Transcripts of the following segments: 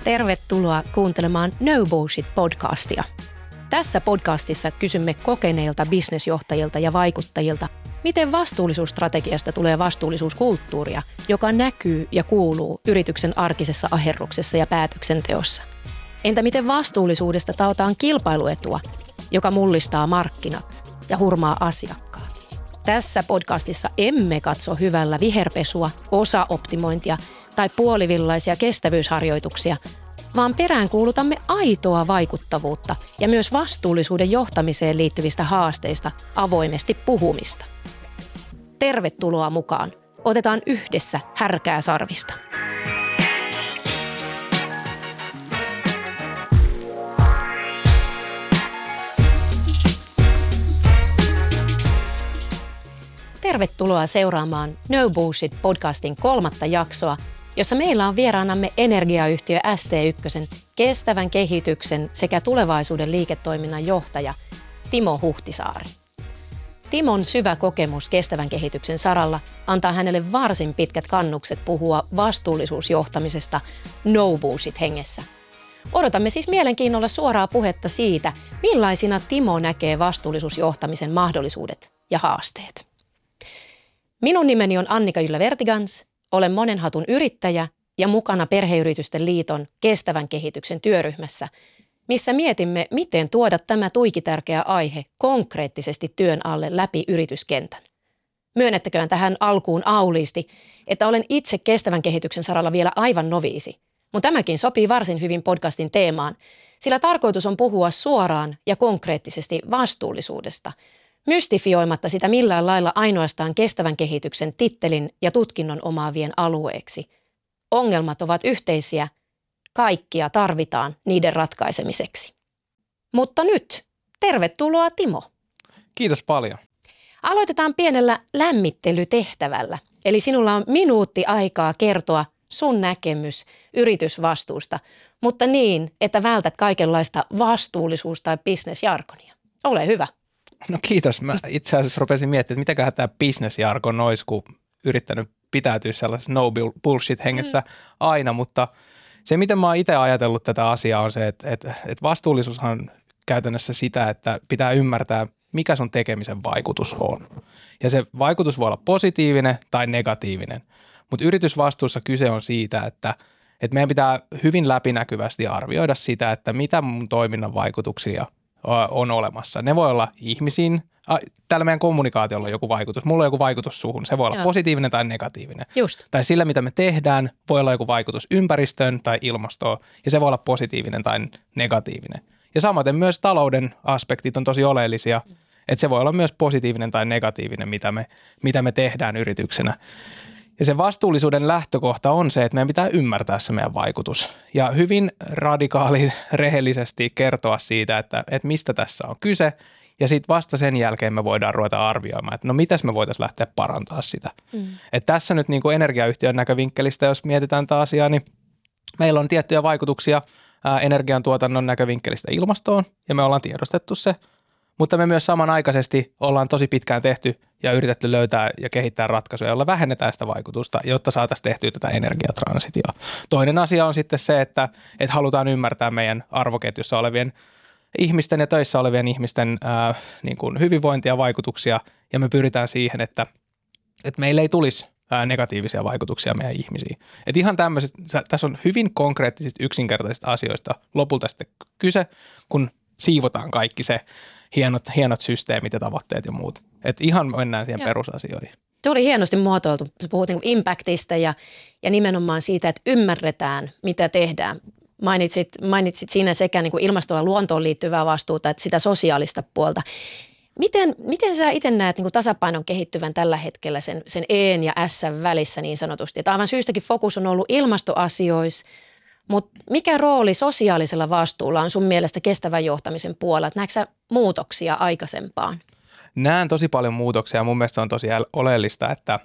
Tervetuloa kuuntelemaan No Bullshit-podcastia. Tässä podcastissa kysymme kokeneilta bisnesjohtajilta ja vaikuttajilta, miten vastuullisuusstrategiasta tulee vastuullisuuskulttuuria, joka näkyy ja kuuluu yrityksen arkisessa aherruksessa ja päätöksenteossa. Entä miten vastuullisuudesta taotaan kilpailuetua, joka mullistaa markkinat ja hurmaa asiakkaat? Tässä podcastissa emme katso hyvällä viherpesua, osaoptimointia tai puolivillaisia kestävyysharjoituksia, vaan peräänkuulutamme aitoa vaikuttavuutta ja myös vastuullisuuden johtamiseen liittyvistä haasteista avoimesti puhumista. Tervetuloa mukaan. Otetaan yhdessä härkää sarvista. Tervetuloa seuraamaan No Bullshit-podcastin 3. jaksoa, jossa meillä on vieraanamme energiayhtiö ST1 kestävän kehityksen sekä tulevaisuuden liiketoiminnan johtaja Timo Huhtisaari. Timon syvä kokemus kestävän kehityksen saralla antaa hänelle varsin pitkät kannukset puhua vastuullisuusjohtamisesta no bullshit hengessä. Odotamme siis mielenkiinnolla suoraa puhetta siitä, millaisina Timo näkee vastuullisuusjohtamisen mahdollisuudet ja haasteet. Minun nimeni on Annika Jyllä-Vertigans, olen monen hatun yrittäjä ja mukana Perheyritysten liiton kestävän kehityksen työryhmässä, missä mietimme, miten tuoda tämä tuikitärkeä aihe konkreettisesti työn alle läpi yrityskentän. Myönnettäköön tähän alkuun auliisti, että olen itse kestävän kehityksen saralla vielä aivan noviisi, mutta tämäkin sopii varsin hyvin podcastin teemaan, sillä tarkoitus on puhua suoraan ja konkreettisesti vastuullisuudesta, mystifioimatta sitä millään lailla ainoastaan kestävän kehityksen tittelin ja tutkinnon omaavien alueeksi. Ongelmat ovat yhteisiä, kaikkia tarvitaan niiden ratkaisemiseksi. Mutta nyt, tervetuloa Timo. Kiitos paljon. Aloitetaan pienellä lämmittelytehtävällä, eli sinulla on minuutti aikaa kertoa sun näkemys yritysvastuusta, mutta niin, että vältät kaikenlaista vastuullisuus- tai bisnesjargonia. Ole hyvä. No kiitos. Mä itse asiassa rupesin miettimään, että mitäköhän tämä business-jargon olisi, kun yrittänyt pitäytyä sellaisessa no bullshit hengessä aina, mutta se miten mä oon itse ajatellut tätä asiaa on se, että vastuullisuushan on käytännössä sitä, että pitää ymmärtää, mikä sun tekemisen vaikutus on. Ja se vaikutus voi olla positiivinen tai negatiivinen, mutta yritysvastuussa kyse on siitä, että meidän pitää hyvin läpinäkyvästi arvioida sitä, että mitä mun toiminnan vaikutuksia on olemassa. Ne voi olla ihmisiin, tällä meidän kommunikaatiolla on joku vaikutus, mulla on joku vaikutus suhun, se voi olla positiivinen tai negatiivinen. Just. Tai sillä, mitä me tehdään, voi olla joku vaikutus ympäristöön tai ilmastoon, ja se voi olla positiivinen tai negatiivinen. Ja samaten myös talouden aspektit on tosi oleellisia, että se voi olla myös positiivinen tai negatiivinen, mitä me tehdään yrityksenä. Ja se vastuullisuuden lähtökohta on se, että meidän pitää ymmärtää se meidän vaikutus ja hyvin radikaali rehellisesti kertoa siitä, että mistä tässä on kyse. Ja sitten vasta sen jälkeen me voidaan ruveta arvioimaan, että no mitäs me voitaisiin lähteä parantaa sitä. Että tässä nyt niin kuin energiayhtiön näkövinkkelistä, jos mietitään tätä asiaa, niin meillä on tiettyjä vaikutuksia energiantuotannon näkövinkkelistä ilmastoon ja me ollaan tiedostettu se. Mutta me myös samanaikaisesti ollaan tosi pitkään tehty ja yritetty löytää ja kehittää ratkaisuja, joilla vähennetään sitä vaikutusta, jotta saataisiin tehtyä tätä energiatransitiota. Toinen asia on sitten se, että halutaan ymmärtää meidän arvoketjussa olevien ihmisten ja töissä olevien ihmisten niin kuin hyvinvointia ja vaikutuksia, ja me pyritään siihen, että meillä ei tulisi negatiivisia vaikutuksia meidän ihmisiin. Et ihan tämmöisestä, tässä on hyvin konkreettisista yksinkertaisista asioista lopulta sitten kyse, kun siivotaan kaikki se hienot systeemit ja tavoitteet ja muut. Että ihan mennään siihen perusasioihin. Tuo oli hienosti muotoiltu. Sä puhut niin kuin impactista ja nimenomaan siitä, että ymmärretään, mitä tehdään. Mainitsit siinä sekä niin kuin ilmastoon ja luontoon liittyvää vastuuta, että sitä sosiaalista puolta. Miten sä itse näet niin kuin tasapainon kehittyvän tällä hetkellä sen E:n ja S:n välissä niin sanotusti? Että aivan syystäkin fokus on ollut ilmastoasioissa, mutta mikä rooli sosiaalisella vastuulla on sun mielestä kestävän johtamisen puolella? Näetkö sä muutoksia aikaisempaan? Näen tosi paljon muutoksia. Mun mielestä se on tosi oleellista, että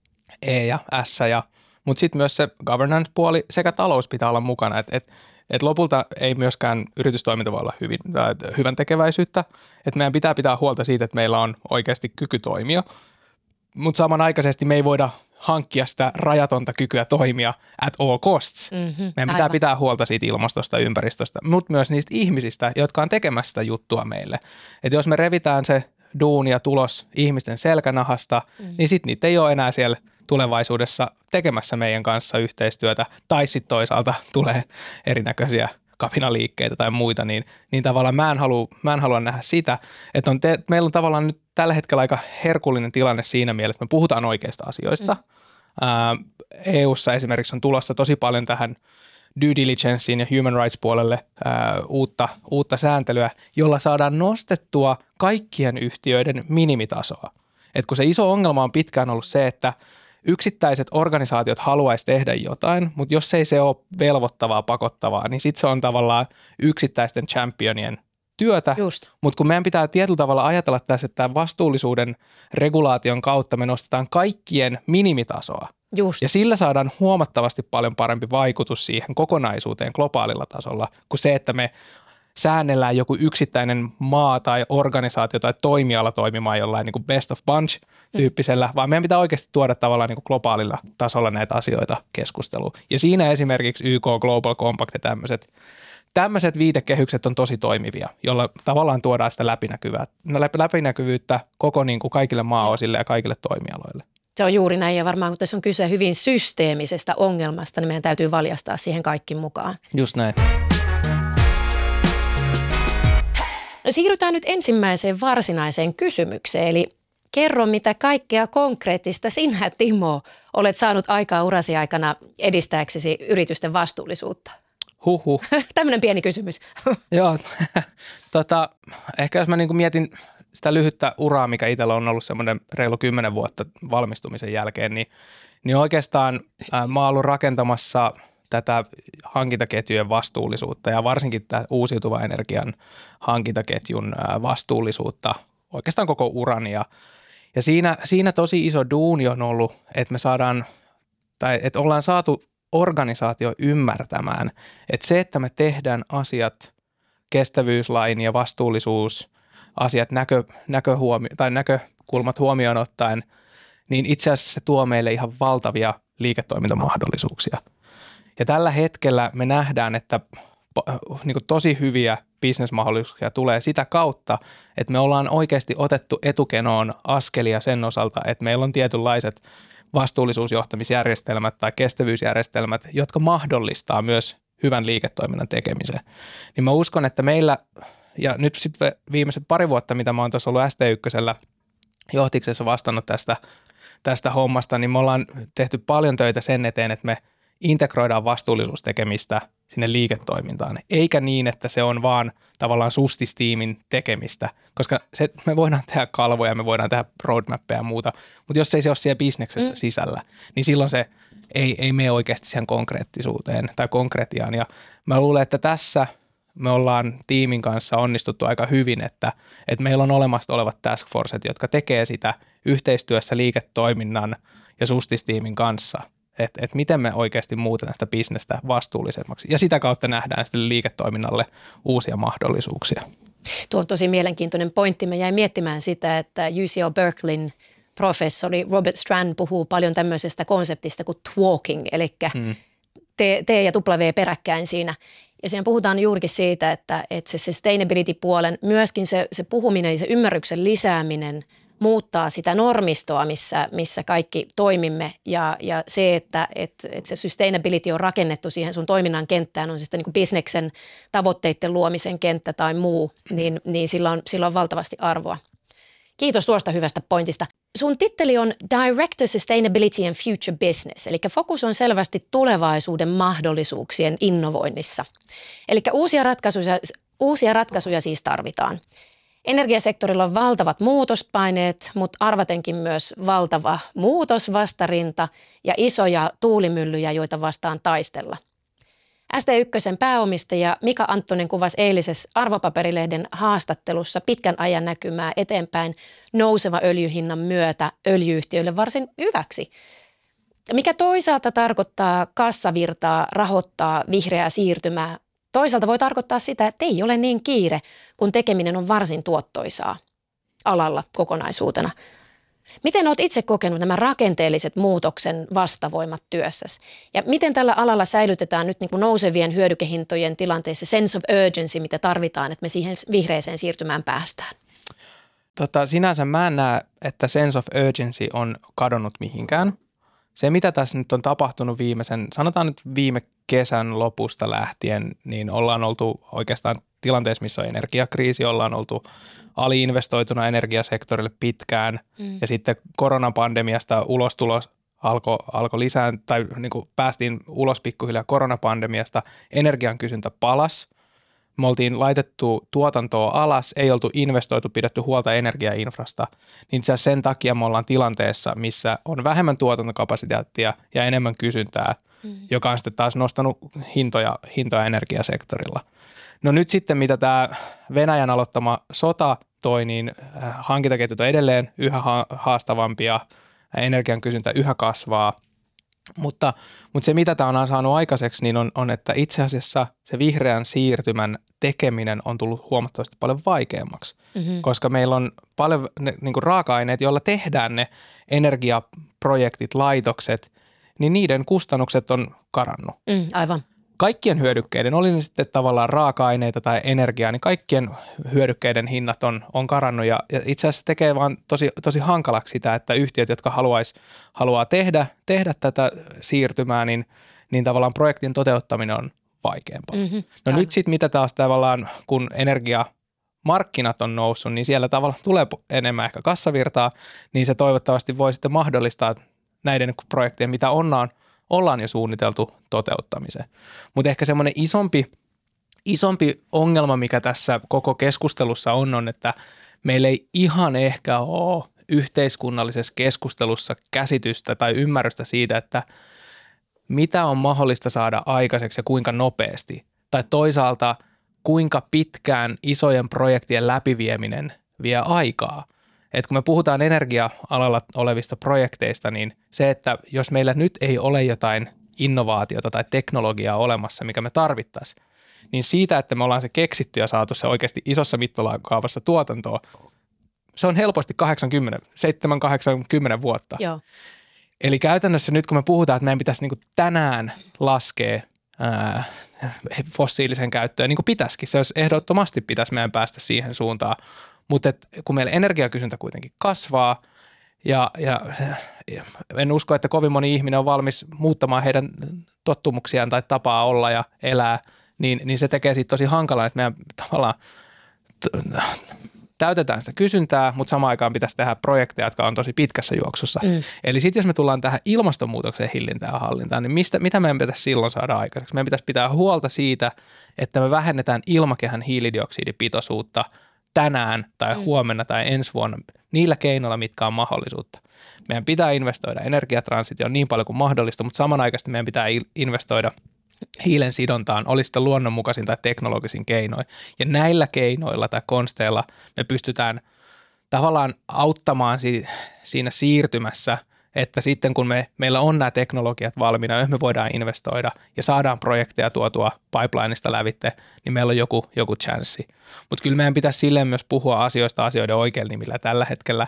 E ja S, mutta sitten myös se governance-puoli sekä talous pitää olla mukana. Et lopulta ei myöskään yritystoiminta voi olla hyvän tekeväisyyttä. Et meidän pitää huolta siitä, että meillä on oikeasti kyky toimia, mutta samanaikaisesti me ei voida hankkia sitä rajatonta kykyä toimia at all costs. Meidän pitää pitää huolta siitä ilmastosta, ympäristöstä, mutta myös niistä ihmisistä, jotka on tekemässä sitä juttua meille. Että jos me revitään se duuni ja tulos ihmisten selkänahasta, niin sitten niitä ei ole enää siellä tulevaisuudessa tekemässä meidän kanssa yhteistyötä. Tai sitten toisaalta tulee erinäköisiä kapinaliikkeitä tai muita, niin tavallaan mä en halua nähdä sitä, että meillä on tavallaan nyt tällä hetkellä aika herkullinen tilanne siinä mielessä, että me puhutaan oikeista asioista. EU:ssa esimerkiksi on tulossa tosi paljon tähän due diligenceen ja human rights puolelle uutta sääntelyä, jolla saadaan nostettua kaikkien yhtiöiden minimitasoa. Et kun se iso ongelma on pitkään ollut se, että yksittäiset organisaatiot haluaisi tehdä jotain, mutta jos ei se ole velvoittavaa, pakottavaa, niin sitten se on tavallaan yksittäisten championien työtä. Mutta kun meidän pitää tietyllä tavalla ajatella tässä, että tämän vastuullisuuden regulaation kautta me nostetaan kaikkien minimitasoa. Ja sillä saadaan huomattavasti paljon parempi vaikutus siihen kokonaisuuteen globaalilla tasolla kuin se, että me säännellään joku yksittäinen maa tai organisaatio tai toimiala toimimaan jollain niin kuin best of bunch tyyppisellä, vaan meidän pitää oikeasti tuoda tavallaan niin kuin globaalilla tasolla näitä asioita keskusteluun. Ja siinä esimerkiksi YK Global Compact ja tämmöiset viitekehykset on tosi toimivia, jolla tavallaan tuodaan sitä läpinäkyvyyttä koko niin kuin kaikille maaosille ja kaikille toimialoille. Se on juuri näin, ja varmaan kun tässä on kyse hyvin systeemisestä ongelmasta, niin meidän täytyy valjastaa siihen kaikki mukaan. Just näin. No, siirrytään nyt ensimmäiseen varsinaiseen kysymykseen, eli kerro, mitä kaikkea konkreettista sinä, Timo, olet saanut aikaa urasi aikana edistääksesi yritysten vastuullisuutta? Huhhuh. Tämmöinen pieni kysymys. Joo, ehkä jos mä niin kuin mietin sitä lyhyttä uraa, mikä itsellä on ollut semmoinen reilu 10 vuotta valmistumisen jälkeen, niin oikeastaan mä oon ollut rakentamassa tätä hankintaketjujen vastuullisuutta ja varsinkin tämä uusiutuvan energian hankintaketjun vastuullisuutta oikeastaan koko uran. Ja siinä tosi iso duuni on ollut, että me saadaan, tai että ollaan saatu organisaatio ymmärtämään, että se, että me tehdään asiat kestävyyslain ja vastuullisuusasiat näkökulmat huomioon ottaen, niin itse asiassa se tuo meille ihan valtavia liiketoimintamahdollisuuksia. Ja tällä hetkellä me nähdään, että niin kuin tosi hyviä bisnesmahdollisuuksia tulee sitä kautta, että me ollaan oikeasti otettu etukenoon askelia sen osalta, että meillä on tietynlaiset vastuullisuusjohtamisjärjestelmät tai kestävyysjärjestelmät, jotka mahdollistaa myös hyvän liiketoiminnan tekemisen. Niin mä uskon, että meillä, ja nyt sitten viimeiset 2 vuotta, mitä mä oon tuossa ollut ST1:llä johtiksessa vastannut tästä hommasta, niin me ollaan tehty paljon töitä sen eteen, että me integroidaan vastuullisuustekemistä sinne liiketoimintaan, eikä niin, että se on vaan tavallaan sustistiimin tekemistä, koska me voidaan tehdä kalvoja, me voidaan tehdä roadmappeja ja muuta, mutta jos ei se ole siellä bisneksessä sisällä, niin silloin se ei mene oikeasti siihen konkreettisuuteen tai konkretiaan. Ja mä luulen, että tässä me ollaan tiimin kanssa onnistuttu aika hyvin, että meillä on olemassa olevat task forcet, jotka tekee sitä yhteistyössä liiketoiminnan ja sustistiimin kanssa, että miten me oikeasti muutetaan sitä bisnestä vastuullisemmaksi. Ja sitä kautta nähdään sitten liiketoiminnalle uusia mahdollisuuksia. Tuo on tosi mielenkiintoinen pointti. Mä jäin miettimään sitä, että UC Berkeleyn professori Robert Strand puhuu paljon tämmöisestä konseptista kuin talking, eli T ja W peräkkäin siinä. Ja siinä puhutaan juurikin siitä, että se sustainability-puolen, myöskin se puhuminen ja se ymmärryksen lisääminen muuttaa sitä normistoa, missä kaikki toimimme. Ja se, että se sustainability on rakennettu siihen sun toiminnan kenttään, on se sitten niin kuin bisneksen tavoitteiden luomisen kenttä tai muu, niin sillä on valtavasti arvoa. Kiitos tuosta hyvästä pointista. Sun titteli on Director Sustainability and Future Business, eli fokus on selvästi tulevaisuuden mahdollisuuksien innovoinnissa. Eli uusia ratkaisuja siis tarvitaan. Energiasektorilla on valtavat muutospaineet, mutta arvatenkin myös valtava muutosvastarinta ja isoja tuulimyllyjä, joita vastaan taistella. ST1 pääomistaja Mika Anttonen kuvasi eilisessä Arvopaperilehden haastattelussa pitkän ajan näkymää eteenpäin nouseva öljyhinnan myötä öljyyhtiöille varsin hyväksi, mikä toisaalta tarkoittaa kassavirtaa, rahoittaa vihreää siirtymää. Toisaalta voi tarkoittaa sitä, että ei ole niin kiire, kun tekeminen on varsin tuottoisaa alalla kokonaisuutena. Miten olet itse kokenut nämä rakenteelliset muutoksen vastavoimat työssäsi? Ja miten tällä alalla säilytetään nyt niin kuin nousevien hyödykehintojen tilanteessa sense of urgency, mitä tarvitaan, että me siihen vihreäseen siirtymään päästään? Sinänsä mä en näe, että sense of urgency on kadonnut mihinkään. Se, mitä tässä nyt on tapahtunut sanotaan nyt viime kesän lopusta lähtien, niin ollaan oltu oikeastaan tilanteessa, missä on energiakriisi, ollaan oltu aliinvestoituna energiasektorille pitkään ja sitten koronapandemiasta ulostulos alkoi lisää, tai niin kuin päästiin ulos pikkuhiljaa koronapandemiasta, energian kysyntä palasi. Me oltiin laitettu tuotantoa alas, ei oltu investoitu, pidetty huolta energiainfrasta, niin sen takia me ollaan tilanteessa, missä on vähemmän tuotantokapasiteettia ja enemmän kysyntää, joka on sitten taas nostanut hintoja energiasektorilla. No nyt sitten, mitä tämä Venäjän aloittama sota toi, niin hankintaketjut on edelleen yhä haastavampia, energian kysyntä yhä kasvaa. Mutta se, mitä tämä on saanut aikaiseksi, niin on, että itse asiassa se vihreän siirtymän tekeminen on tullut huomattavasti paljon vaikeammaksi, koska meillä on paljon niin kuin raaka-aineet, joilla tehdään ne energiaprojektit, laitokset, niin niiden kustannukset on karannut. Aivan. Kaikkien hyödykkeiden, oli ne sitten tavallaan raaka-aineita tai energiaa, niin kaikkien hyödykkeiden hinnat on karannut ja itse asiassa tekee vaan tosi hankalaksi sitä, että yhtiöt, jotka haluaa tehdä tätä siirtymää, niin tavallaan projektin toteuttaminen on vaikeampaa. No nyt sitten mitä taas tavallaan, kun energiamarkkinat on noussut, niin siellä tavallaan tulee enemmän ehkä kassavirtaa, niin se toivottavasti voi sitten mahdollistaa näiden projektien, mitä ollaan jo suunniteltu toteuttamiseen. Mutta ehkä semmoinen isompi ongelma, mikä tässä koko keskustelussa on, että meillä ei ihan ehkä ole yhteiskunnallisessa keskustelussa käsitystä tai ymmärrystä siitä, että mitä on mahdollista saada aikaiseksi ja kuinka nopeasti. Tai toisaalta kuinka pitkään isojen projektien läpivieminen vie aikaa. Et kun me puhutaan energia-alalla olevista projekteista, niin se, että jos meillä nyt ei ole jotain innovaatiota tai teknologiaa olemassa, mikä me tarvittaisiin, niin siitä, että me ollaan se keksitty ja saatu se oikeasti isossa mittakaavassa tuotantoa, se on helposti 7-80 vuotta. Joo. Eli käytännössä nyt kun me puhutaan, että meidän pitäisi niin kuin tänään laskea fossiilisen käyttöön, niin kuin pitäisikin, se olisi ehdottomasti pitäisi meidän päästä siihen suuntaan. Mutta kun meillä energiakysyntä kuitenkin kasvaa ja en usko, että kovin moni ihminen on valmis muuttamaan heidän tottumuksiaan tai tapaa olla ja elää, niin se tekee siitä tosi hankalaa, että meidän tavallaan täytetään sitä kysyntää, mutta samaan aikaan pitäisi tehdä projekteja, jotka on tosi pitkässä juoksussa. Eli sitten jos me tullaan tähän ilmastonmuutoksen hillintään ja hallintaan, niin mitä meidän pitäisi silloin saada aikaiseksi? Meidän pitäisi pitää huolta siitä, että me vähennetään ilmakehän hiilidioksidipitoisuutta tänään tai huomenna tai ensi vuonna niillä keinoilla, mitkä on mahdollisuutta. Meidän pitää investoida energiatransitioon niin paljon kuin mahdollista, mutta samanaikaisesti meidän pitää investoida hiilen sidontaan, oli sitten luonnonmukaisin tai teknologisin keinoin. Ja näillä keinoilla tai konsteilla me pystytään tavallaan auttamaan siinä siirtymässä, että sitten kun meillä on nämä teknologiat valmiina, jos me voidaan investoida ja saadaan projekteja tuotua pipelineista lävitte, niin meillä on joku chanssi. Mutta kyllä meidän pitäisi silleen myös puhua asioiden oikeilla nimillä tällä hetkellä.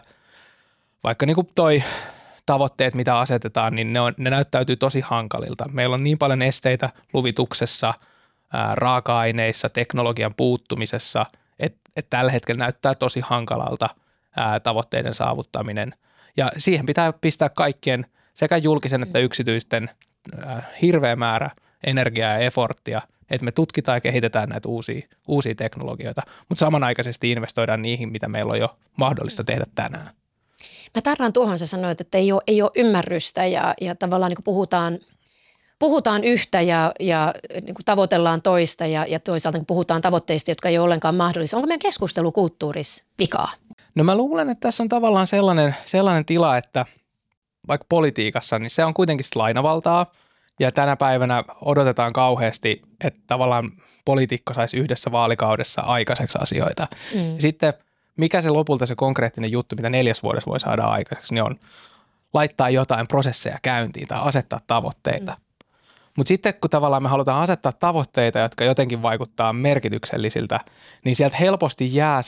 Vaikka niin kuin toi tavoitteet, mitä asetetaan, niin ne näyttäytyy tosi hankalilta. Meillä on niin paljon esteitä luvituksessa, raaka-aineissa, teknologian puuttumisessa, että tällä hetkellä näyttää tosi hankalalta tavoitteiden saavuttaminen. Ja siihen pitää pistää kaikkien, sekä julkisen että yksityisten, hirveä määrä energiaa ja efforttia, että me tutkitaan ja kehitetään näitä uusia teknologioita, mutta samanaikaisesti investoidaan niihin, mitä meillä on jo mahdollista tehdä tänään. Mä tarran tuohon, sä sanoit, että ei ole ymmärrystä ja tavallaan niin kuin puhutaan yhtä ja niin kuin tavoitellaan toista ja toisaalta niin puhutaan tavoitteista, jotka ei ole ollenkaan mahdollisia. Onko meidän keskustelukulttuurissa vikaa? No mä luulen, että tässä on tavallaan sellainen tila, että vaikka politiikassa, niin se on kuitenkin lainavaltaa ja tänä päivänä odotetaan kauheasti, että tavallaan poliitikko saisi yhdessä vaalikaudessa aikaiseksi asioita. Sitten mikä se lopulta se konkreettinen juttu, mitä 4 vuodessa voi saada aikaiseksi, niin on laittaa jotain prosesseja käyntiin tai asettaa tavoitteita. Mutta sitten kun tavallaan me halutaan asettaa tavoitteita, jotka jotenkin vaikuttaa merkityksellisiltä, niin sieltä helposti jää se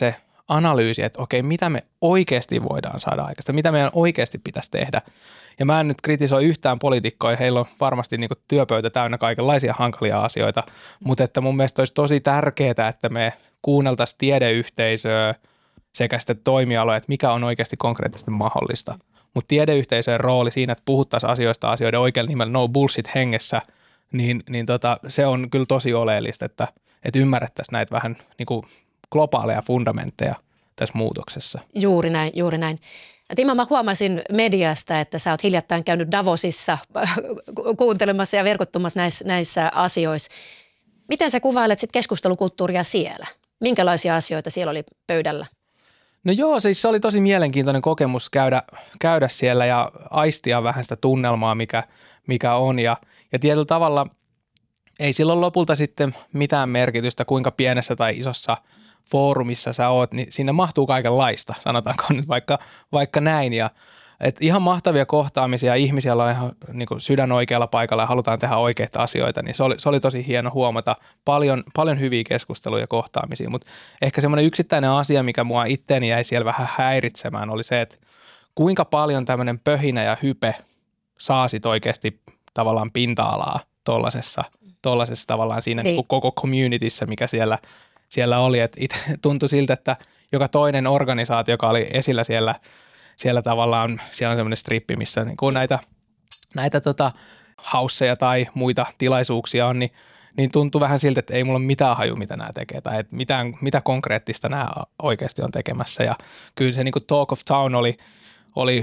analyysi, että okei, mitä me oikeasti voidaan saada aikaista, mitä meidän oikeasti pitäisi tehdä. Ja mä en nyt kritisoi yhtään poliitikkoja, heillä on varmasti niin kuin työpöytä täynnä kaikenlaisia hankalia asioita, mutta että mun mielestä olisi tosi tärkeää, että me kuunneltaisiin tiedeyhteisöä sekä sitten toimialoja, että mikä on oikeasti konkreettisesti mahdollista. Mutta tiedeyhteisöjen rooli siinä, että puhuttaisiin asioiden oikealla nimellä no bullshit hengessä, niin se on kyllä tosi oleellista, että ymmärrettäisiin näitä vähän niin kuin globaaleja fundamentteja tässä muutoksessa. Juuri näin, juuri näin. Timo, mä huomasin mediasta, että sä oot hiljattain käynyt Davosissa kuuntelemassa ja verkottumassa näissä asioissa. Miten sä kuvailet sit keskustelukulttuuria siellä? Minkälaisia asioita siellä oli pöydällä? No joo, siis se oli tosi mielenkiintoinen kokemus käydä siellä ja aistia vähän sitä tunnelmaa, mikä on. Ja tietyllä tavalla ei silloin lopulta sitten mitään merkitystä, kuinka pienessä tai isossa foorumissa sä oot, niin sinne mahtuu kaikenlaista, sanotaanko nyt vaikka näin. Ja et ihan mahtavia kohtaamisia, ihmisiä on ihan niin kuin sydän oikealla paikalla ja halutaan tehdä oikeita asioita, niin se oli tosi hieno huomata. Paljon hyviä keskusteluja ja kohtaamisia, mutta ehkä semmoinen yksittäinen asia, mikä mua itteeni jäi siellä vähän häiritsemään, oli se, että kuinka paljon tämmöinen pöhinä ja hype saa sit oikeasti tavallaan pinta-alaa tuollaisessa tavallaan siinä niin kuin koko communityssä, mikä siellä oli. Et tuntui siltä, että joka toinen organisaatio, joka oli esillä siellä tavallaan, siellä on semmoinen strippi, missä niin kuin näitä hausseja tai muita tilaisuuksia on, niin tuntui vähän siltä, että ei mulla ole mitään haju, mitä nämä tekee, tai että mitä konkreettista nämä oikeasti on tekemässä. Ja kyllä se niin kuin Talk of Town oli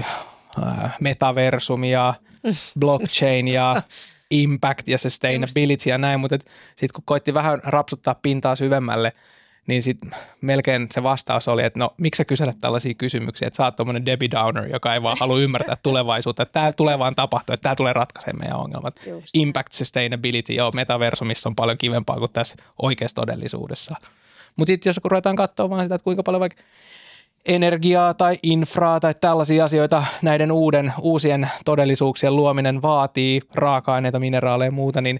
metaversum ja blockchain ja impact ja sustainability ja näin, mutta sitten kun koitti vähän rapsuttaa pintaa syvemmälle, niin sitten melkein se vastaus oli, että no miksi sä kyselet tällaisia kysymyksiä, että sä oot tommoinen Debbie Downer, joka ei vaan halua ymmärtää tulevaisuutta, että tämä tulee vaan tapahtua, että tämä tulee ratkaisemaan meidän ongelmat. Just. Impact, sustainability, joo, metaversumissa on paljon kivempaa kuin tässä oikeassa todellisuudessa. Mutta sitten jos ruvetaan katsomaan sitä, että kuinka paljon vaikka energiaa tai infraa tai tällaisia asioita näiden uusien todellisuuksien luominen vaatii, raaka-aineita, mineraaleja ja muuta, niin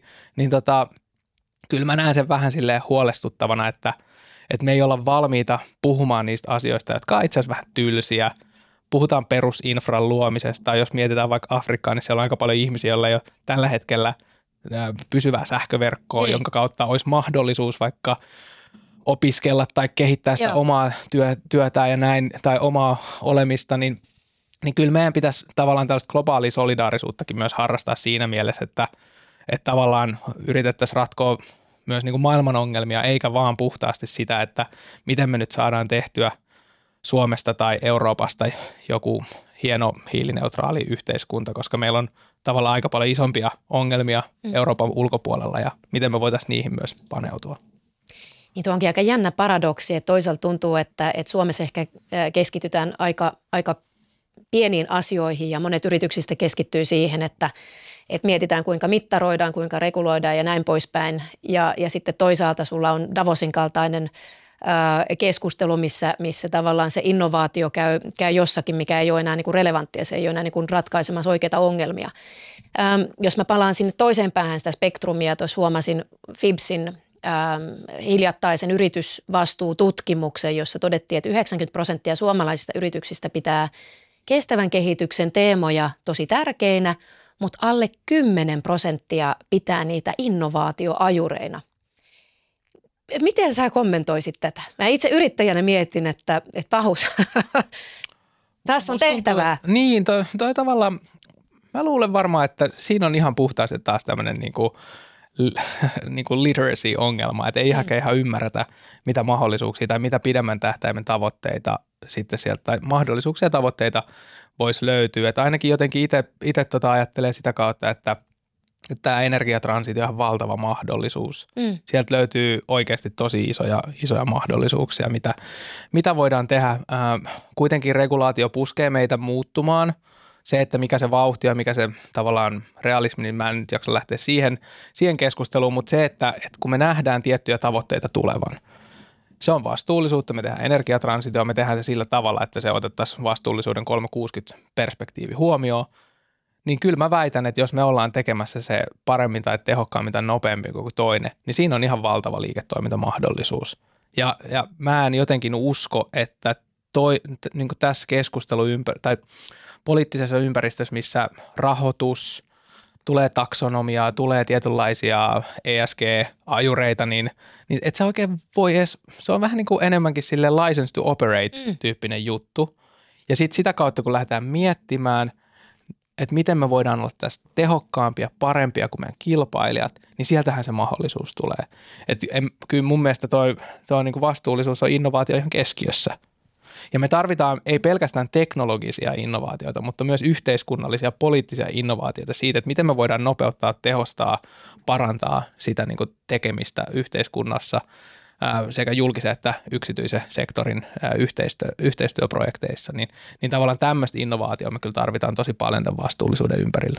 kyllä mä näen sen vähän silleen huolestuttavana, että me ei olla valmiita puhumaan niistä asioista, jotka on itse asiassa vähän tylsiä. Puhutaan perusinfran luomisesta, tai jos mietitään vaikka Afrikkaa, niin siellä on aika paljon ihmisiä, joilla ei ole tällä hetkellä pysyvää sähköverkkoa, jonka kautta olisi mahdollisuus vaikka opiskella tai kehittää sitä omaa työtään ja näin, tai omaa olemista, niin kyllä meidän pitäisi tavallaan tällaista globaalia solidaarisuuttakin myös harrastaa siinä mielessä, että tavallaan yritettäisiin ratkoa myös niin kuin maailman ongelmia, eikä vaan puhtaasti sitä, että miten me nyt saadaan tehtyä Suomesta tai Euroopasta joku hieno hiilineutraali yhteiskunta, koska meillä on tavallaan aika paljon isompia ongelmia Euroopan ulkopuolella ja miten me voitaisiin niihin myös paneutua. Niin tuo onkin aika jännä paradoksi, että toisaalta tuntuu, että Suomessa ehkä keskitytään aika pieniin asioihin ja monet yrityksistä keskittyy siihen, että mietitään kuinka mittaroidaan, kuinka reguloidaan ja näin poispäin. Ja sitten toisaalta sulla on Davosin kaltainen keskustelu, missä tavallaan se innovaatio käy jossakin, mikä ei ole enää niin kuin relevanttia, se ei ole enää niin kuin ratkaisemassa oikeita ongelmia. Jos mä palaan sinne toiseen päähän sitä spektrumia, tuossa huomasin Fibsin hiljattaisen yritysvastuututkimuksen, jossa todettiin, että 90% suomalaisista yrityksistä pitää kestävän kehityksen teemoja tosi tärkeinä, mutta alle 10% pitää niitä innovaatioajureina. Miten sä kommentoisit tätä? Mä itse yrittäjänä mietin, että pahus, tässä on tehtävää. Niin, toi tavallaan, mä luulen varmaan, että siinä on ihan puhtaasti taas tämmöinen niinku literacy-ongelma, että ei ihan ymmärretä, mitä mahdollisuuksia tai mitä pidemmän tähtäimen tavoitteita sitten sieltä, tai mahdollisuuksia ja tavoitteita voisi löytyä. Että ainakin jotenkin itse ajattelee sitä kautta, että tämä energiatransitio on valtava mahdollisuus. Sieltä löytyy oikeasti tosi isoja mahdollisuuksia, mitä voidaan tehdä. Kuitenkin regulaatio puskee meitä muuttumaan. Se, että mikä se vauhti ja mikä se tavallaan realismi, niin mä en nyt jaksa lähteä siihen keskusteluun, mutta se, että kun me nähdään tiettyjä tavoitteita tulevan, se on vastuullisuutta, me tehdään energiatransitio, me tehdään se sillä tavalla, että se otettaisiin vastuullisuuden 360-perspektiivi huomioon, niin kyllä mä väitän, että jos me ollaan tekemässä se paremmin tai tehokkaammin tai nopeammin kuin toinen, niin siinä on ihan valtava liiketoimintamahdollisuus. Ja mä en jotenkin usko, että niin kuin tässä tai poliittisessa ympäristössä, missä rahoitus, tulee taksonomiaa, tulee tietynlaisia ESG-ajureita, niin et sä oikein voi edes, se on vähän niin kuin enemmänkin sille license to operate-tyyppinen juttu. Ja sitten sitä kautta, kun lähdetään miettimään, että miten me voidaan olla tästä tehokkaampia, parempia kuin meidän kilpailijat, niin sieltähän se mahdollisuus tulee. Kyllä mun mielestä toi niin kuin vastuullisuus on innovaatio ihan keskiössä. Ja me tarvitaan ei pelkästään teknologisia innovaatioita, mutta myös yhteiskunnallisia poliittisia innovaatioita siitä, että miten me voidaan nopeuttaa, tehostaa, parantaa sitä niin kuin tekemistä yhteiskunnassa sekä julkisen että yksityisen sektorin yhteistyöprojekteissa. Niin tavallaan tämmöistä innovaatiota me kyllä tarvitaan tosi paljon tämän vastuullisuuden ympärillä.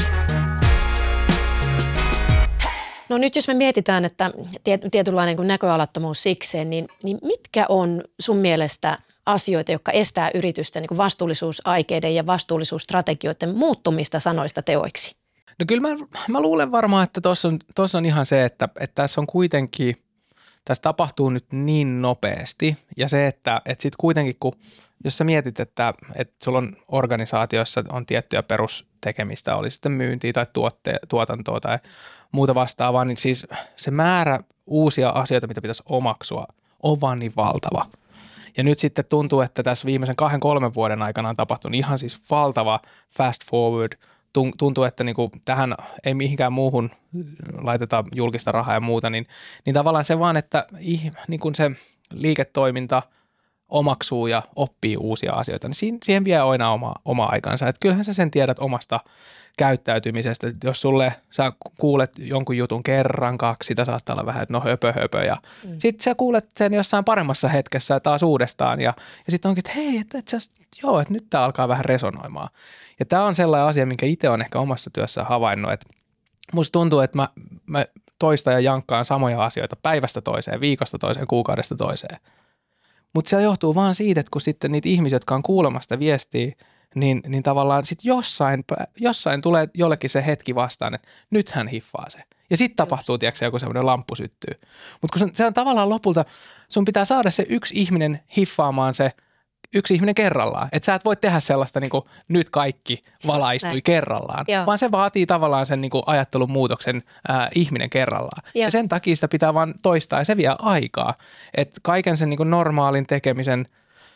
No nyt jos me mietitään, että tietynlainen kuin näköalattomuus sikseen, niin mitkä on sun mielestä asioita, jotka estää yritysten niin kuin vastuullisuusaikeiden ja vastuullisuusstrategioiden muuttumista sanoista teoiksi? No kyllä mä luulen varmaan, että tuossa on ihan se, että tässä on kuitenkin, tässä tapahtuu nyt niin nopeasti ja se, että sitten kuitenkin jos sä mietit, että sulla on organisaatioissa on tiettyjä perustekemistä, oli sitten myyntiä tai tuotantoa tai muuta vastaavaa, niin siis se määrä uusia asioita, mitä pitäisi omaksua, on vaan niin valtava. Ja nyt sitten tuntuu, että tässä viimeisen 2-3 vuoden aikana on tapahtunut ihan siis valtava fast forward. Tuntuu, että niinku tähän ei mihinkään muuhun laiteta julkista rahaa ja muuta, niin tavallaan se vaan, että niinku se liiketoiminta omaksuu ja oppii uusia asioita, niin siihen vie aina oma aikansa. Että kyllähän sä sen tiedät omasta käyttäytymisestä, että jos sä kuulet jonkun jutun kerran, 2, sitä saattaa olla vähän, että no höpö ja sitten sä kuulet sen jossain paremmassa hetkessä taas uudestaan ja sitten onkin, että hei, että nyt tää alkaa vähän resonoimaan. Ja tää on sellainen asia, minkä itse on ehkä omassa työssä havainnut, että musta tuntuu, että mä toistan ja jankkaan samoja asioita päivästä toiseen, viikosta toiseen, kuukaudesta toiseen. Mutta se johtuu vaan siitä, että kun sitten niitä ihmisiä, jotka on kuulemasta viestiä, niin tavallaan sitten jossain tulee jollekin se hetki vastaan, että nyt hän hiffaa se. Ja sitten tapahtuu, tiedätkö, joku semmoinen lamppu syttyy. Mutta kun se on tavallaan lopulta, sun pitää saada se yksi ihminen hiffaamaan se yksi ihminen kerrallaan. Että sä et voi tehdä sellaista niin kuin nyt kaikki valaistui kerrallaan, vaan se vaatii tavallaan sen niin kuin ajattelun muutoksen ihminen kerrallaan. Ja sen takia sitä pitää vaan toistaa ja se vie aikaa. Että kaiken sen niin kuin normaalin tekemisen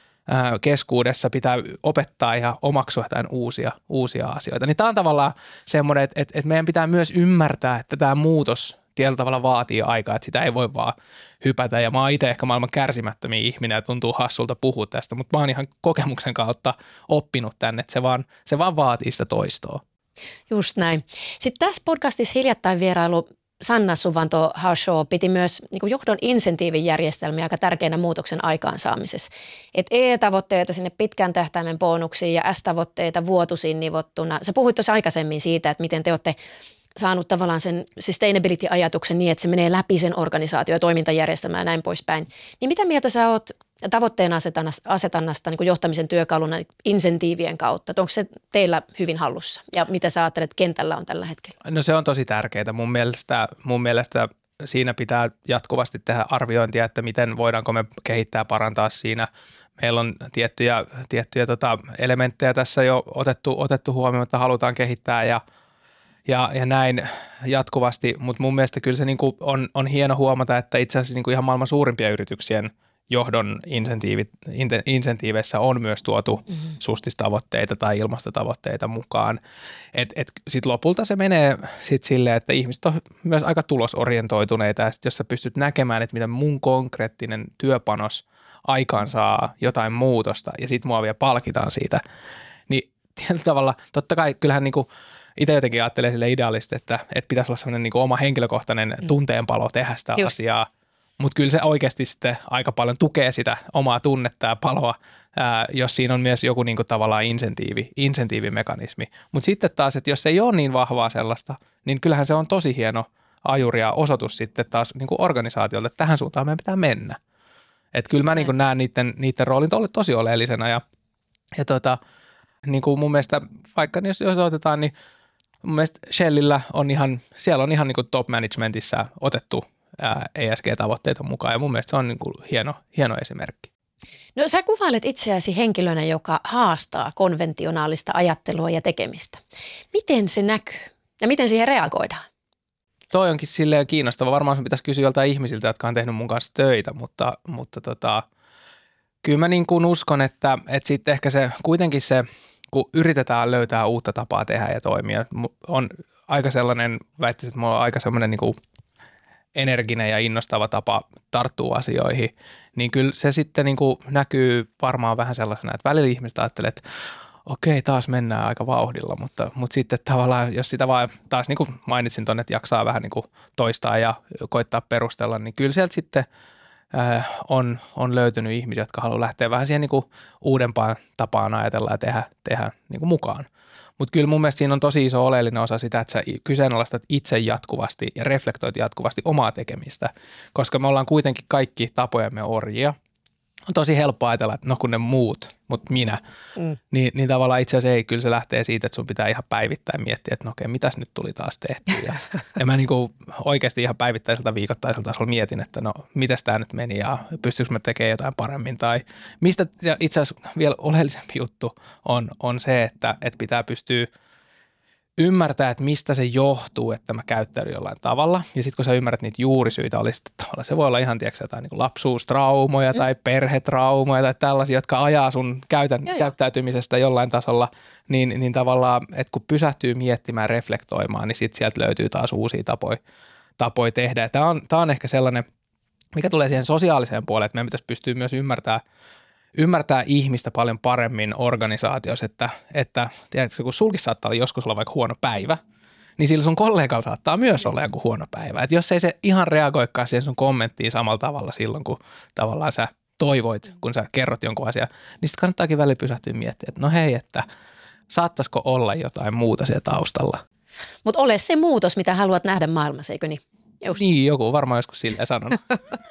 keskuudessa pitää opettaa ja omaksua jotain uusia asioita. Niin tämä on tavallaan semmoinen, että meidän pitää myös ymmärtää, että tämä muutos tietyllä tavalla vaatii aikaa, että sitä ei voi vaan hypätä. Ja mä oon itse ehkä maailman kärsimättömiä ihminen ja tuntuu hassulta puhua tästä, mutta mä oon ihan kokemuksen kautta oppinut tänne, että se vaan vaatii sitä toistoa. Just näin. Sitten tässä podcastissa hiljattain vierailu Sanna Suvanto-Haushaw piti myös niin kuin johdon insentiivijärjestelmiä aika tärkeänä muutoksen aikaansaamisessa. Että E-tavoitteita sinne pitkän tähtäimen bonuksiin ja S-tavoitteita vuotuisiin nivottuna. Sä puhuit tuossa aikaisemmin siitä, että miten te olette saanut tavallaan sen sustainability-ajatuksen niin, että se menee läpi sen organisaatio- ja toimintajärjestelmää ja näin poispäin. Niin mitä mieltä sä oot tavoitteen asetannasta niin kuin johtamisen työkaluna insentiivien kautta? Onko se teillä hyvin hallussa ja mitä sä ajattelet, että kentällä on tällä hetkellä? No se on tosi tärkeää. Mun mielestä siinä pitää jatkuvasti tehdä arviointia, että miten voidaanko me kehittää ja parantaa siinä. Meillä on tiettyjä elementtejä tässä jo otettu huomioon, että halutaan kehittää ja näin jatkuvasti, mutta mun mielestä kyllä se niinku on hieno huomata, että itse asiassa niinku ihan maailman suurimpien yrityksien johdon insentiiveissä on myös tuotu sustistavoitteita tai ilmastotavoitteita mukaan. Sitten lopulta se menee sit silleen, että ihmiset on myös aika tulosorientoituneita ja sit jos sä pystyt näkemään, että miten mun konkreettinen työpanos aikaan saa jotain muutosta ja sit mua vielä palkitaan siitä, niin tietyllä tavalla totta kai kyllähän niinku itse jotenkin ajattelee sille ideaalisesti, että pitäisi olla sellainen niin kuin oma henkilökohtainen tunteenpalo tehdä sitä asiaa, mutta kyllä se oikeasti sitten aika paljon tukee sitä omaa tunnetta ja paloa, jos siinä on myös joku niin kuin tavallaan insentiivimekanismi. Mutta sitten taas, että jos ei ole niin vahvaa sellaista, niin kyllähän se on tosi hieno ajuri ja osoitus sitten taas niin kuin organisaatiolta, että tähän suuntaan meidän pitää mennä. Että kyllä mä niin kuin näen niiden roolin tosi oleellisena ja niin kuin mun mielestä vaikka jos otetaan, niin mun mielestä Shellillä siellä on ihan niin kuin top managementissa otettu ESG-tavoitteita mukaan. Ja mun mielestä se on niin kuin hieno esimerkki. No sä kuvailet itseäsi henkilönä, joka haastaa konventionaalista ajattelua ja tekemistä. Miten se näkyy ja miten siihen reagoidaan? Toi onkin silleen kiinnostava. Varmaan sun pitäisi kysyä joltain ihmisiltä, jotka on tehnyt mun kanssa töitä, mutta kyllä mä niin kuin uskon, että sitten ehkä se kuitenkin se, kun yritetään löytää uutta tapaa tehdä ja toimia, on aika sellainen, väittäisin, että mulla on aika sellainen niin kuin energinen ja innostava tapa tarttua asioihin, niin kyllä se sitten niin kuin näkyy varmaan vähän sellaisena, että välillä ihmiset ajattelee, että okei, taas mennään aika vauhdilla, mutta sitten tavallaan, jos sitä vaan taas niin kuin mainitsin tuonne, että jaksaa vähän niin kuin toistaa ja koittaa perustella, niin kyllä sieltä sitten on löytynyt ihmisiä, jotka haluaa lähteä vähän siihen niin kuin uudempaan tapaan ajatella ja tehdä niin kuin mukaan. Mutta kyllä mun mielestä siinä on tosi iso oleellinen osa sitä, että sä kyseenalaistat itse jatkuvasti ja reflektoit jatkuvasti omaa tekemistä, koska me ollaan kuitenkin kaikki tapojamme orjia. On tosi helppo ajatella, että no kun ne muut, mutta minä, niin tavallaan itse asiassa ei, kyllä se lähtee siitä, että sun pitää ihan päivittäin miettiä, että no okei, mitäs nyt tuli taas tehtyä. Ja mä niinku oikeasti ihan päivittäiseltä viikoittaiselta tasolla mietin, että no mitäs tää nyt meni ja pystyykö mä tekemään jotain paremmin tai mistä, ja itse asiassa vielä oleellisempi juttu on se, että pitää pystyä ymmärtää, että mistä se johtuu, että mä käyttäydyn jollain tavalla. Ja sitten kun sä ymmärrät niitä juurisyitä, se voi olla ihan tiedätkö, jotain niin kuin lapsuustraumoja tai perhetraumoja tai tällaisia, jotka ajaa sun käyttäytymisestä jollain tasolla, niin tavallaan, että kun pysähtyy miettimään, reflektoimaan, niin sitten sieltä löytyy taas uusia tapoja tehdä. Tämä on ehkä sellainen, mikä tulee siihen sosiaaliseen puoleen, että meidän pitäisi pystyä myös ymmärtää ihmistä paljon paremmin organisaatiossa, että tiedätkö, kun sulki saattaa olla joskus olla vaikka huono päivä, niin sillä sun kollegalla saattaa myös olla joku huono päivä. Et jos ei se ihan reagoikaan siihen sun kommenttiin samalla tavalla silloin, kun tavallaan sä toivoit, kun sä kerrot jonkun asian, niin sitten kannattaakin välillä pysähtyä miettimään, että no hei, että saattaisiko olla jotain muuta siellä taustalla. Mutta ole se muutos, mitä haluat nähdä maailmassa, eikö niin? Just. Niin, joku varmaan joskus silleen sanonut.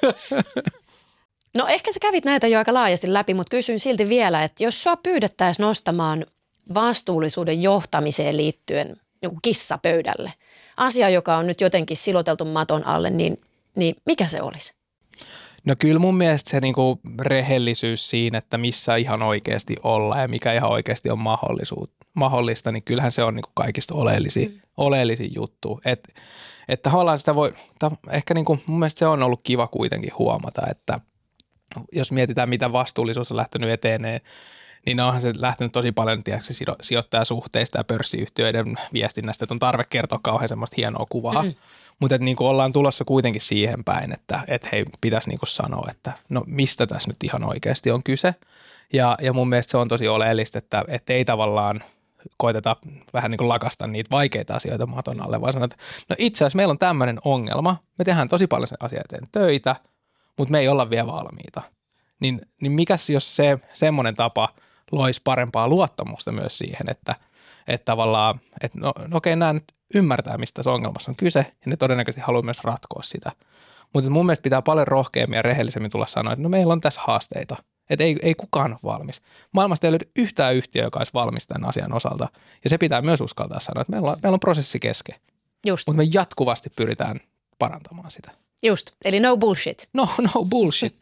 No ehkä sä kävit näitä jo aika laajasti läpi, mutta kysyn silti vielä, että jos sua pyydettäisiin nostamaan vastuullisuuden johtamiseen liittyen joku kissa pöydälle, asia, joka on nyt jotenkin siloteltu maton alle, niin mikä se olisi? No kyllä mun mielestä se niinku rehellisyys siinä, että missä ihan oikeasti ollaan ja mikä ihan oikeasti on mahdollista, niin kyllähän se on niinku kaikista oleellisin juttu. Että tavallaan sitä voi, ehkä niinku mun mielestä se on ollut kiva kuitenkin huomata, että jos mietitään, mitä vastuullisuus on lähtenyt eteneen, niin onhan se lähtenyt tosi paljon sijoittajasuhteista ja pörssiyhtiöiden viestinnästä, että on tarve kertoa kauhean semmoista hienoa kuvaa. Mutta niin ollaan tulossa kuitenkin siihen päin, että hei, pitäisi niin sanoa, että no mistä tässä nyt ihan oikeasti on kyse. Ja mun mielestä se on tosi oleellista, että ei tavallaan koiteta vähän niin kuin lakasta niitä vaikeita asioita maton alle, vaan sanoa, että no itse asiassa meillä on tämmöinen ongelma, me tehdään tosi paljon sen asian eteen töitä, mutta me ei olla vielä valmiita. Niin mikäs jos se semmoinen tapa loisi parempaa luottamusta myös siihen, että tavallaan, että no okei, nämä nyt ymmärtää, mistä se ongelmassa on kyse, ja ne todennäköisesti haluaa myös ratkoa sitä. Mutta mun mielestä pitää paljon rohkeammin ja rehellisemmin tulla sanoa, että no meillä on tässä haasteita, että ei kukaan ole valmis. Maailmasta ei löydy yhtään yhtiöä, joka olisi valmis tämän asian osalta, ja se pitää myös uskaltaa sanoa, että meillä on prosessi kesken, mutta me jatkuvasti pyritään parantamaan sitä. Just, eli no bullshit. No bullshit.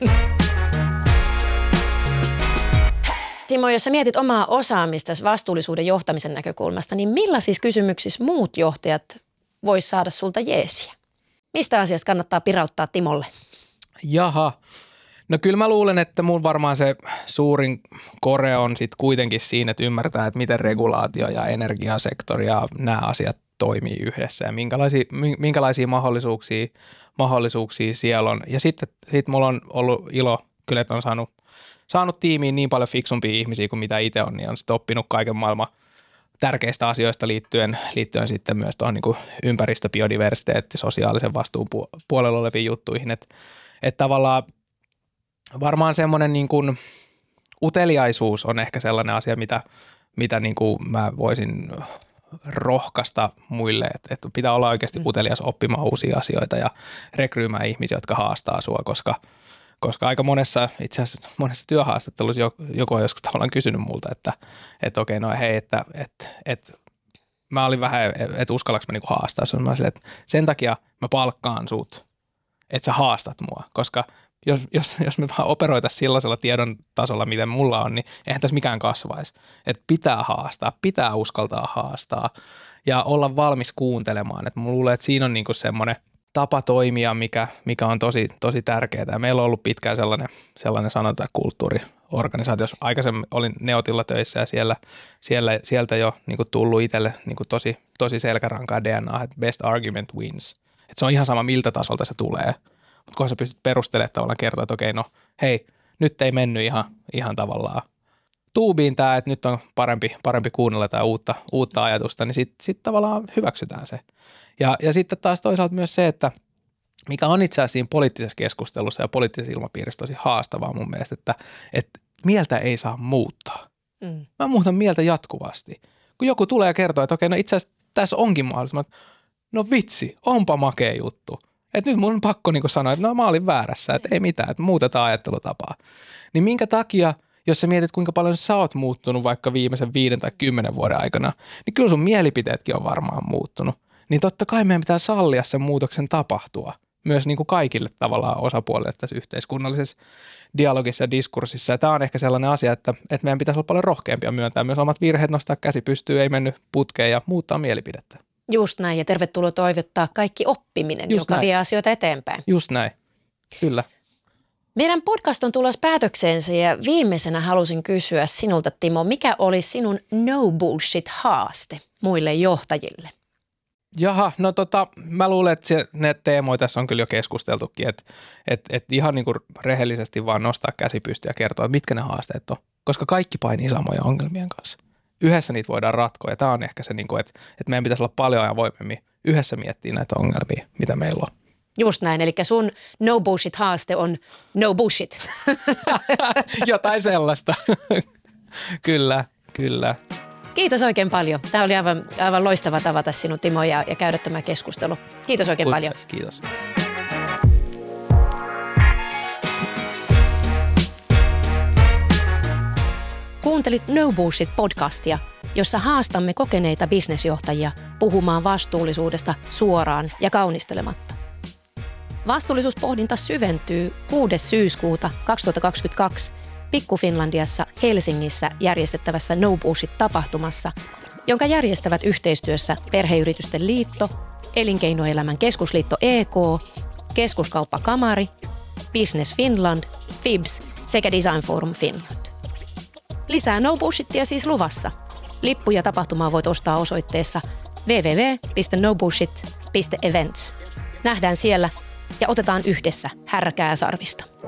Timo, jos sä mietit omaa osaamista vastuullisuuden johtamisen näkökulmasta, niin millaisissa kysymyksissä muut johtajat vois saada sulta jeesiä? Mistä asiasta kannattaa pirauttaa Timolle? Jaha. No kyllä mä luulen, että mun varmaan se suurin kore on sitten kuitenkin siinä, että ymmärtää, että miten regulaatio ja energiasektori ja nämä asiat toimii yhdessä ja minkälaisia mahdollisuuksia siellä on. Ja sitten mulla on ollut ilo kyllä, että on saanut tiimiin niin paljon fiksumpia ihmisiä kuin mitä itse on, niin on sitten oppinut kaiken maailman tärkeistä asioista liittyen sitten myös tuohon niin kuin ympäristö, biodiversiteetti, sosiaalisen vastuun puolella oleviin juttuihin. Että tavallaan varmaan semmoinen niin kuin uteliaisuus on ehkä sellainen asia, mitä niin kuin mä voisin rohkaista muille, että pitää olla oikeasti utelias oppimaan uusia asioita ja rekryymään ihmisiä, jotka haastaa sua, koska aika itse asiassa monessa työhaastattelussa joku on joskus tavallaan kysynyt multa, että okei, no hei, että mä olin vähän, että uskallaks mä niinku haastaa sun. Mä olin silleen, että sen takia mä palkkaan sut, että sä haastat mua, koska jos me vaan operoitaisiin sellaisella tiedon tasolla, miten mulla on, niin eihän tässä mikään kasvaisi. Että pitää haastaa, pitää uskaltaa haastaa ja olla valmis kuuntelemaan. Että mä luulen, että siinä on niinku semmoinen tapa toimia, mikä on tosi tärkeää. Ja meillä on ollut pitkään sellainen sanontakulttuuriorganisaatio. Aikaisemmin olin Neotilla töissä ja sieltä jo niinku tullut itselle niinku tosi selkärankaa DNA, että best argument wins. Että se on ihan sama, miltä tasolta se tulee. Mutta kunhan sä pystyt perustelemaan tavallaan kertoa, että okei, no hei, nyt ei mennyt ihan tavallaan tuubiin tämä, että nyt on parempi kuunnella tämä uutta ajatusta, niin sit tavallaan hyväksytään se. Ja sitten taas toisaalta myös se, että mikä on itse asiassa siinä poliittisessa keskustelussa ja poliittisessa ilmapiirissä tosi haastavaa mun mielestä, että mieltä ei saa muuttaa. Mä muutan mieltä jatkuvasti. Kun joku tulee ja kertoo, että okei, no itse asiassa tässä onkin mahdollisuus, no vitsi, onpa makea juttu. Että nyt mun on pakko niin sanoa, että no mä olin väärässä, että ei mitään, että muutetaan ajattelutapaa. Niin minkä takia, jos sä mietit kuinka paljon sä oot muuttunut vaikka viimeisen 5 tai 10 vuoden aikana, niin kyllä sun mielipiteetkin on varmaan muuttunut. Niin totta kai meidän pitää sallia sen muutoksen tapahtua myös niin kuin kaikille tavallaan osapuolille tässä yhteiskunnallisessa dialogissa ja diskurssissa. Ja tämä on ehkä sellainen asia, että meidän pitäisi olla paljon rohkeampia myöntää myös omat virheet, nostaa käsi pystyyn, ei mennyt putkeen ja muuttaa mielipidettä. Just näin, ja tervetuloa toivottaa kaikki oppiminen, just joka näin. Vie asioita eteenpäin. Just näin, kyllä. Meidän podcast on tulossa päätökseensä ja viimeisenä halusin kysyä sinulta, Timo, mikä olisi sinun no bullshit haaste muille johtajille? Jaha, no mä luulen, että ne teemoja tässä on kyllä jo keskusteltukin, että ihan niin kuin rehellisesti vaan nostaa käsi pystyyn ja kertoa, että mitkä ne haasteet on, koska kaikki painii samojen ongelmien kanssa. Yhdessä niitä voidaan ratkoa ja tämä on ehkä se, että meidän pitäisi olla paljon ja voimemmin yhdessä miettiä näitä ongelmia, mitä meillä on. Just näin, eli sun no bullshit haaste on no bullshit. Jotain sellaista, kyllä. Kiitos oikein paljon. Tämä oli aivan loistava tavata sinut, Timo, ja käydä tämä keskustelu. Kiitos oikein paljon. Kiitos. Kuuntelit No Bullshit-podcastia, jossa haastamme kokeneita bisnesjohtajia puhumaan vastuullisuudesta suoraan ja kaunistelematta. Vastuullisuuspohdinta syventyy 6. syyskuuta 2022 Pikku-Finlandiassa Helsingissä järjestettävässä No Bullshit-tapahtumassa, jonka järjestävät yhteistyössä Perheyritysten liitto, Elinkeinoelämän keskusliitto EK, Keskuskauppakamari, Business Finland, FIBS sekä Design Forum Finland. Lisää No Bullshitia siis luvassa. Lippuja tapahtumaan voit ostaa osoitteessa www.nobullshit.events. Nähdään siellä ja otetaan yhdessä härkää sarvista.